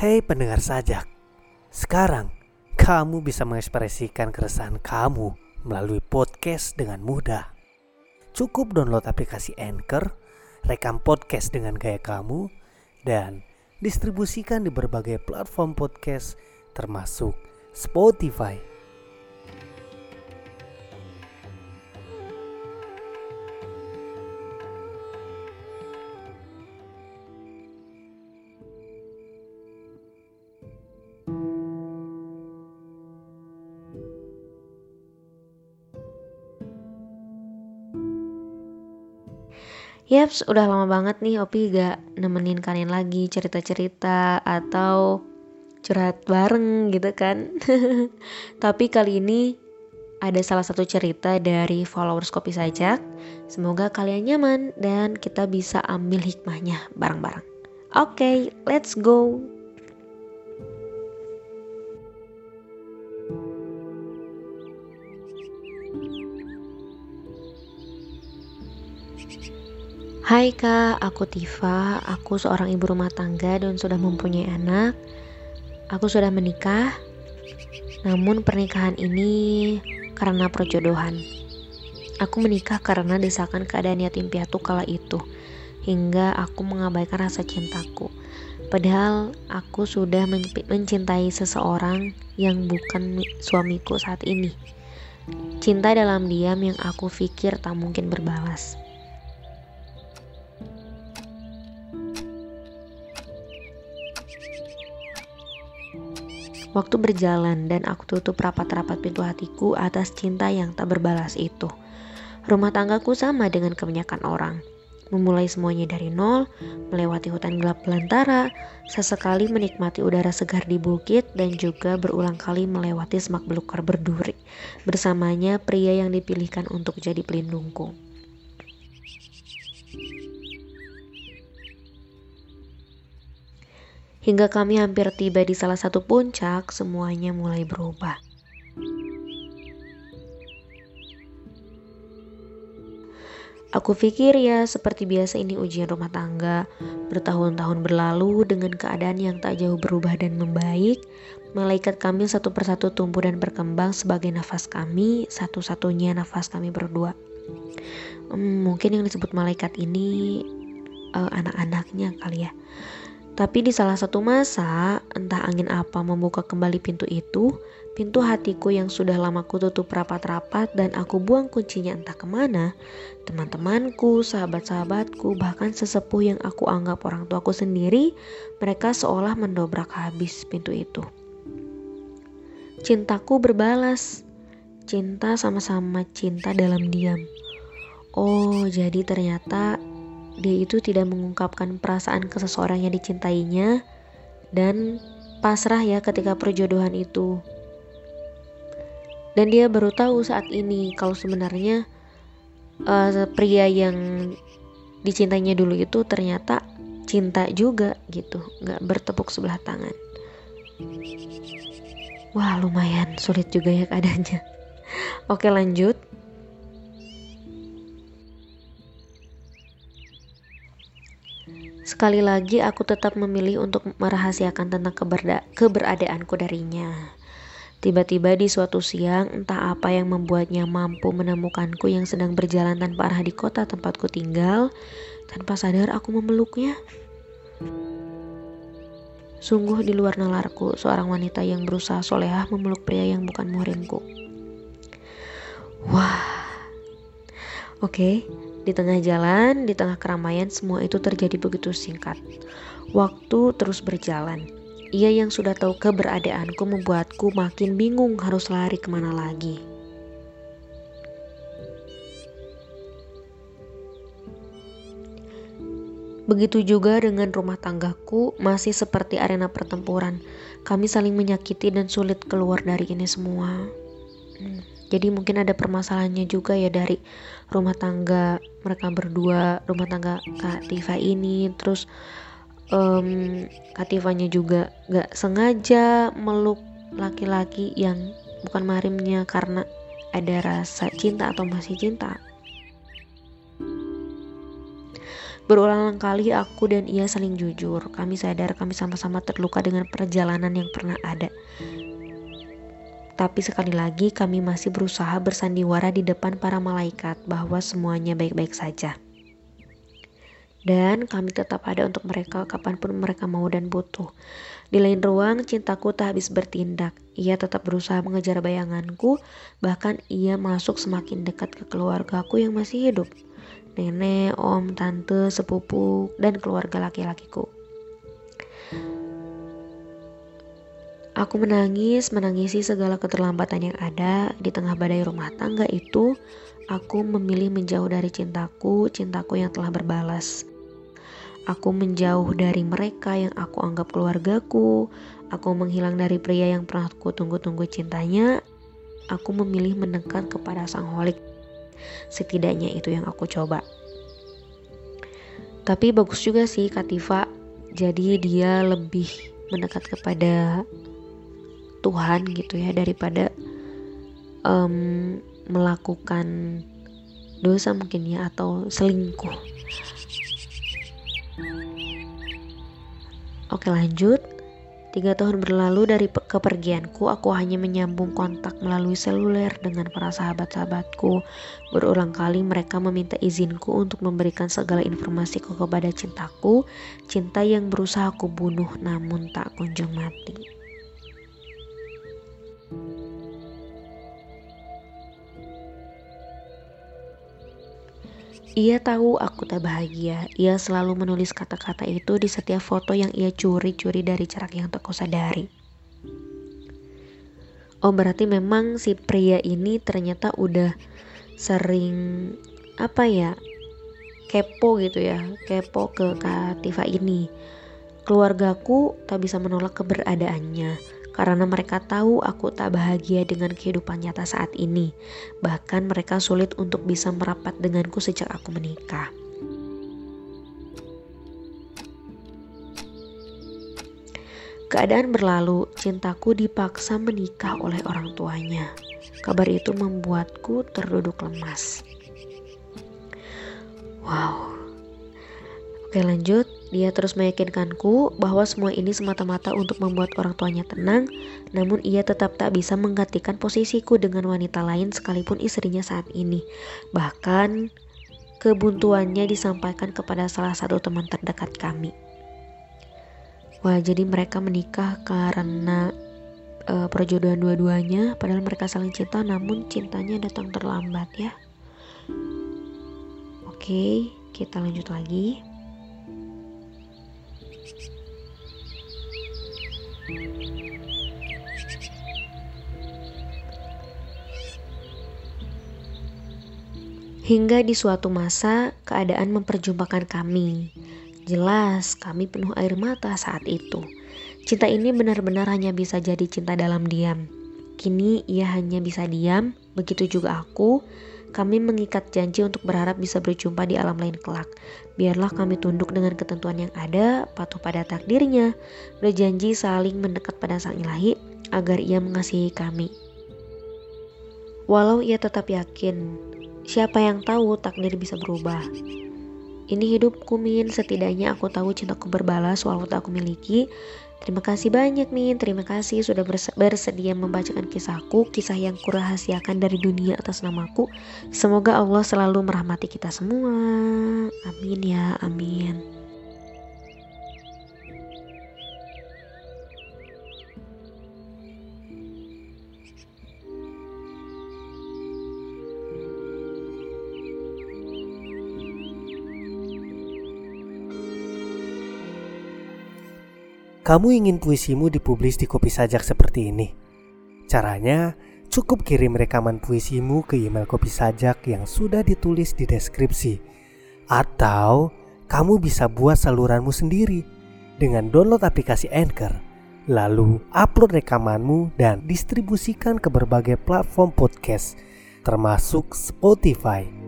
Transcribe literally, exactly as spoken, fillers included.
Hei pendengar sajak, sekarang kamu bisa mengekspresikan keresahan kamu melalui podcast dengan mudah. Cukup download aplikasi Anchor, rekam podcast dengan gaya kamu, dan distribusikan di berbagai platform podcast termasuk Spotify. Yaps, udah lama banget nih Opi gak nemenin kalian lagi cerita-cerita atau curhat bareng gitu kan. Tapi kali ini ada salah satu cerita dari followers Kopi Sajak. Semoga kalian nyaman dan kita bisa ambil hikmahnya bareng-bareng. Oke, okay, let's go. Hai Kak, aku Tifa, aku seorang ibu rumah tangga dan sudah mempunyai anak. Aku sudah menikah, namun pernikahan ini karena perjodohan. Aku menikah karena desakan keadaan yatim piatu kala itu, hingga aku mengabaikan rasa cintaku. Padahal aku sudah men- mencintai seseorang yang bukan suamiku saat ini. Cinta dalam diam yang aku pikir tak mungkin berbalas. Waktu berjalan dan aku tutup rapat-rapat pintu hatiku atas cinta yang tak berbalas itu. Rumah tanggaku sama dengan kebanyakan orang. Memulai semuanya dari nol, melewati hutan gelap belantara, sesekali menikmati udara segar di bukit, dan juga berulang kali melewati semak belukar berduri. Bersamanya pria yang dipilihkan untuk jadi pelindungku. Hingga kami hampir tiba di salah satu puncak, semuanya mulai berubah. Aku pikir ya seperti biasa ini ujian rumah tangga. Bertahun-tahun berlalu dengan keadaan yang tak jauh berubah dan membaik. Malaikat kami satu persatu tumbuh dan berkembang sebagai nafas kami, satu-satunya nafas kami berdua. Hmm, mungkin yang disebut malaikat ini uh, anak-anaknya kali ya. Tapi di salah satu masa, entah angin apa membuka kembali pintu itu, pintu hatiku yang sudah lama kututup rapat-rapat dan aku buang kuncinya entah kemana, teman-temanku, sahabat-sahabatku, bahkan sesepuh yang aku anggap orang tuaku sendiri, mereka seolah mendobrak habis pintu itu. Cintaku berbalas, cinta sama-sama cinta dalam diam. Oh, jadi ternyata dia itu tidak mengungkapkan perasaan ke seseorang yang dicintainya dan pasrah ya ketika perjodohan itu. Dan dia baru tahu saat ini kalau sebenarnya uh, pria yang dicintainya dulu itu ternyata cinta juga gitu, gak bertepuk sebelah tangan. Wah, lumayan sulit juga ya keadaannya. Oke, lanjut. Sekali lagi aku tetap memilih untuk merahasiakan tentang keberda- keberadaanku darinya. Tiba-tiba di suatu siang, entah apa yang membuatnya mampu menemukanku yang sedang berjalan tanpa arah di kota tempatku tinggal. Tanpa sadar aku memeluknya. Sungguh di luar nalarku, seorang wanita yang berusaha solehah memeluk pria yang bukan muhrimku. Wah, oke. Okay. Di tengah jalan, di tengah keramaian, semua itu terjadi begitu singkat. Waktu terus berjalan. Ia yang sudah tahu keberadaanku membuatku makin bingung harus lari kemana lagi. Begitu juga dengan rumah tanggaku, masih seperti arena pertempuran. Kami saling menyakiti dan sulit keluar dari ini semua. Hmm. Jadi mungkin ada permasalahannya juga ya dari rumah tangga mereka berdua, rumah tangga Kak Tifa ini. Terus um, Kak Tifanya juga gak sengaja meluk laki-laki yang bukan mahrimnya karena ada rasa cinta atau masih cinta. Berulang kali aku dan ia saling jujur. Kami sadar kami sama-sama terluka dengan perjalanan yang pernah ada. Tapi sekali lagi kami masih berusaha bersandiwara di depan para malaikat bahwa semuanya baik-baik saja. Dan kami tetap ada untuk mereka kapanpun mereka mau dan butuh. Di lain ruang, cintaku tak habis bertindak. Ia tetap berusaha mengejar bayanganku, bahkan ia masuk semakin dekat ke keluargaku yang masih hidup. Nenek, om, tante, sepupu, dan keluarga laki-lakiku. Aku menangis, menangisi segala keterlambatan yang ada. Di tengah badai rumah tangga itu, aku memilih menjauh dari cintaku, cintaku yang telah berbalas. Aku menjauh dari mereka yang aku anggap keluargaku. Aku menghilang dari pria yang pernah aku tunggu-tunggu cintanya. Aku memilih mendekat kepada sang holik. Setidaknya itu yang aku coba. Tapi bagus juga sih Kativa. Jadi dia lebih mendekat kepada Tuhan gitu ya, daripada um, melakukan dosa mungkin ya, atau selingkuh. Oke, lanjut. Tiga tahun berlalu dari kepergianku, aku hanya menyambung kontak melalui seluler dengan para sahabat-sahabatku. Berulang kali mereka meminta izinku untuk memberikan segala informasiku kepada cintaku, cinta yang berusaha aku bunuh namun tak kunjung mati. Ia tahu aku tak bahagia. Ia selalu menulis kata-kata itu di setiap foto yang ia curi-curi dari jarak yang tak kusadari. Oh, berarti memang si pria ini ternyata udah sering apa ya, kepo gitu ya, kepo ke Kativa ini. Keluargaku tak bisa menolak keberadaannya. Karena mereka tahu aku tak bahagia dengan kehidupan nyata saat ini. Bahkan mereka sulit untuk bisa merapat denganku sejak aku menikah. Keadaan berlalu, cintaku dipaksa menikah oleh orang tuanya. Kabar itu membuatku terduduk lemas. Wow. Oke, lanjut. Dia terus meyakinkanku bahwa semua ini semata-mata untuk membuat orang tuanya tenang, namun ia tetap tak bisa menggantikan posisiku dengan wanita lain sekalipun istrinya saat ini. Bahkan kebuntuannya disampaikan kepada salah satu teman terdekat kami. Wah, jadi mereka menikah karena uh, perjodohan dua-duanya, padahal mereka saling cinta namun cintanya datang terlambat ya. Oke, kita lanjut lagi. Hingga di suatu masa, keadaan memperjumpakan kami. Jelas, kami penuh air mata saat itu. Cinta ini benar-benar hanya bisa jadi cinta dalam diam. Kini ia hanya bisa diam, begitu juga aku. Kami mengikat janji untuk berharap bisa berjumpa di alam lain kelak. Biarlah kami tunduk dengan ketentuan yang ada, patuh pada takdirnya, berjanji saling mendekat pada Sang Ilahi agar ia mengasihi kami. Walau ia tetap yakin, siapa yang tahu takdir bisa berubah. Ini hidupku, Min. Setidaknya aku tahu cintaku berbalas walau tak aku miliki. Terima kasih banyak, Min. Terima kasih sudah bersedia membacakan kisahku, kisah yang kurahasiakan dari dunia atas namaku. Semoga Allah selalu merahmati kita semua. Amin ya, amin. Kamu ingin puisimu dipublis di Kopi Sajak seperti ini? Caranya, cukup kirim rekaman puisimu ke email Kopi Sajak yang sudah ditulis di deskripsi. Atau, kamu bisa buat saluranmu sendiri dengan download aplikasi Anchor, lalu upload rekamanmu dan distribusikan ke berbagai platform podcast, termasuk Spotify.